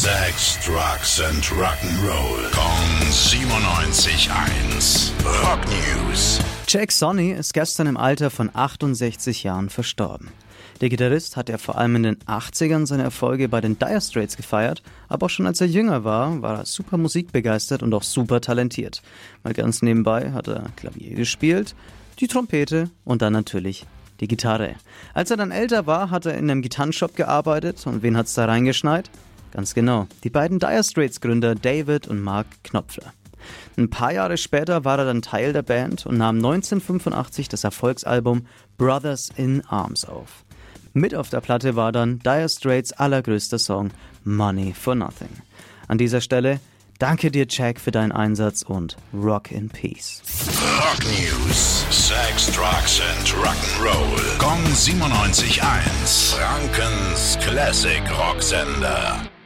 Sex, Drugs and Rock'n'Roll. Kong 97.1. Rock News. Jake Sonny ist gestern im Alter von 68 Jahren verstorben. Der Gitarrist hat ja vor allem in den 80ern seine Erfolge bei den Dire Straits gefeiert, aber auch schon als er jünger war er super musikbegeistert und auch super talentiert. Mal ganz nebenbei hat er Klavier gespielt, die Trompete und dann natürlich die Gitarre. Als er dann älter war, hat er in einem Gitarrenshop gearbeitet und wen hat's da reingeschneit? Ganz genau, die beiden Dire Straits Gründer David und Mark Knopfler. Ein paar Jahre später war er dann Teil der Band und nahm 1985 das Erfolgsalbum Brothers in Arms auf. Mit auf der Platte war dann Dire Straits allergrößter Song Money for Nothing. An dieser Stelle danke dir, Jack, für deinen Einsatz und Rock in Peace. Rock News. Sex, Drugs and Rock'n'Roll. Kong 97.1. Frankens Classic Rocksender.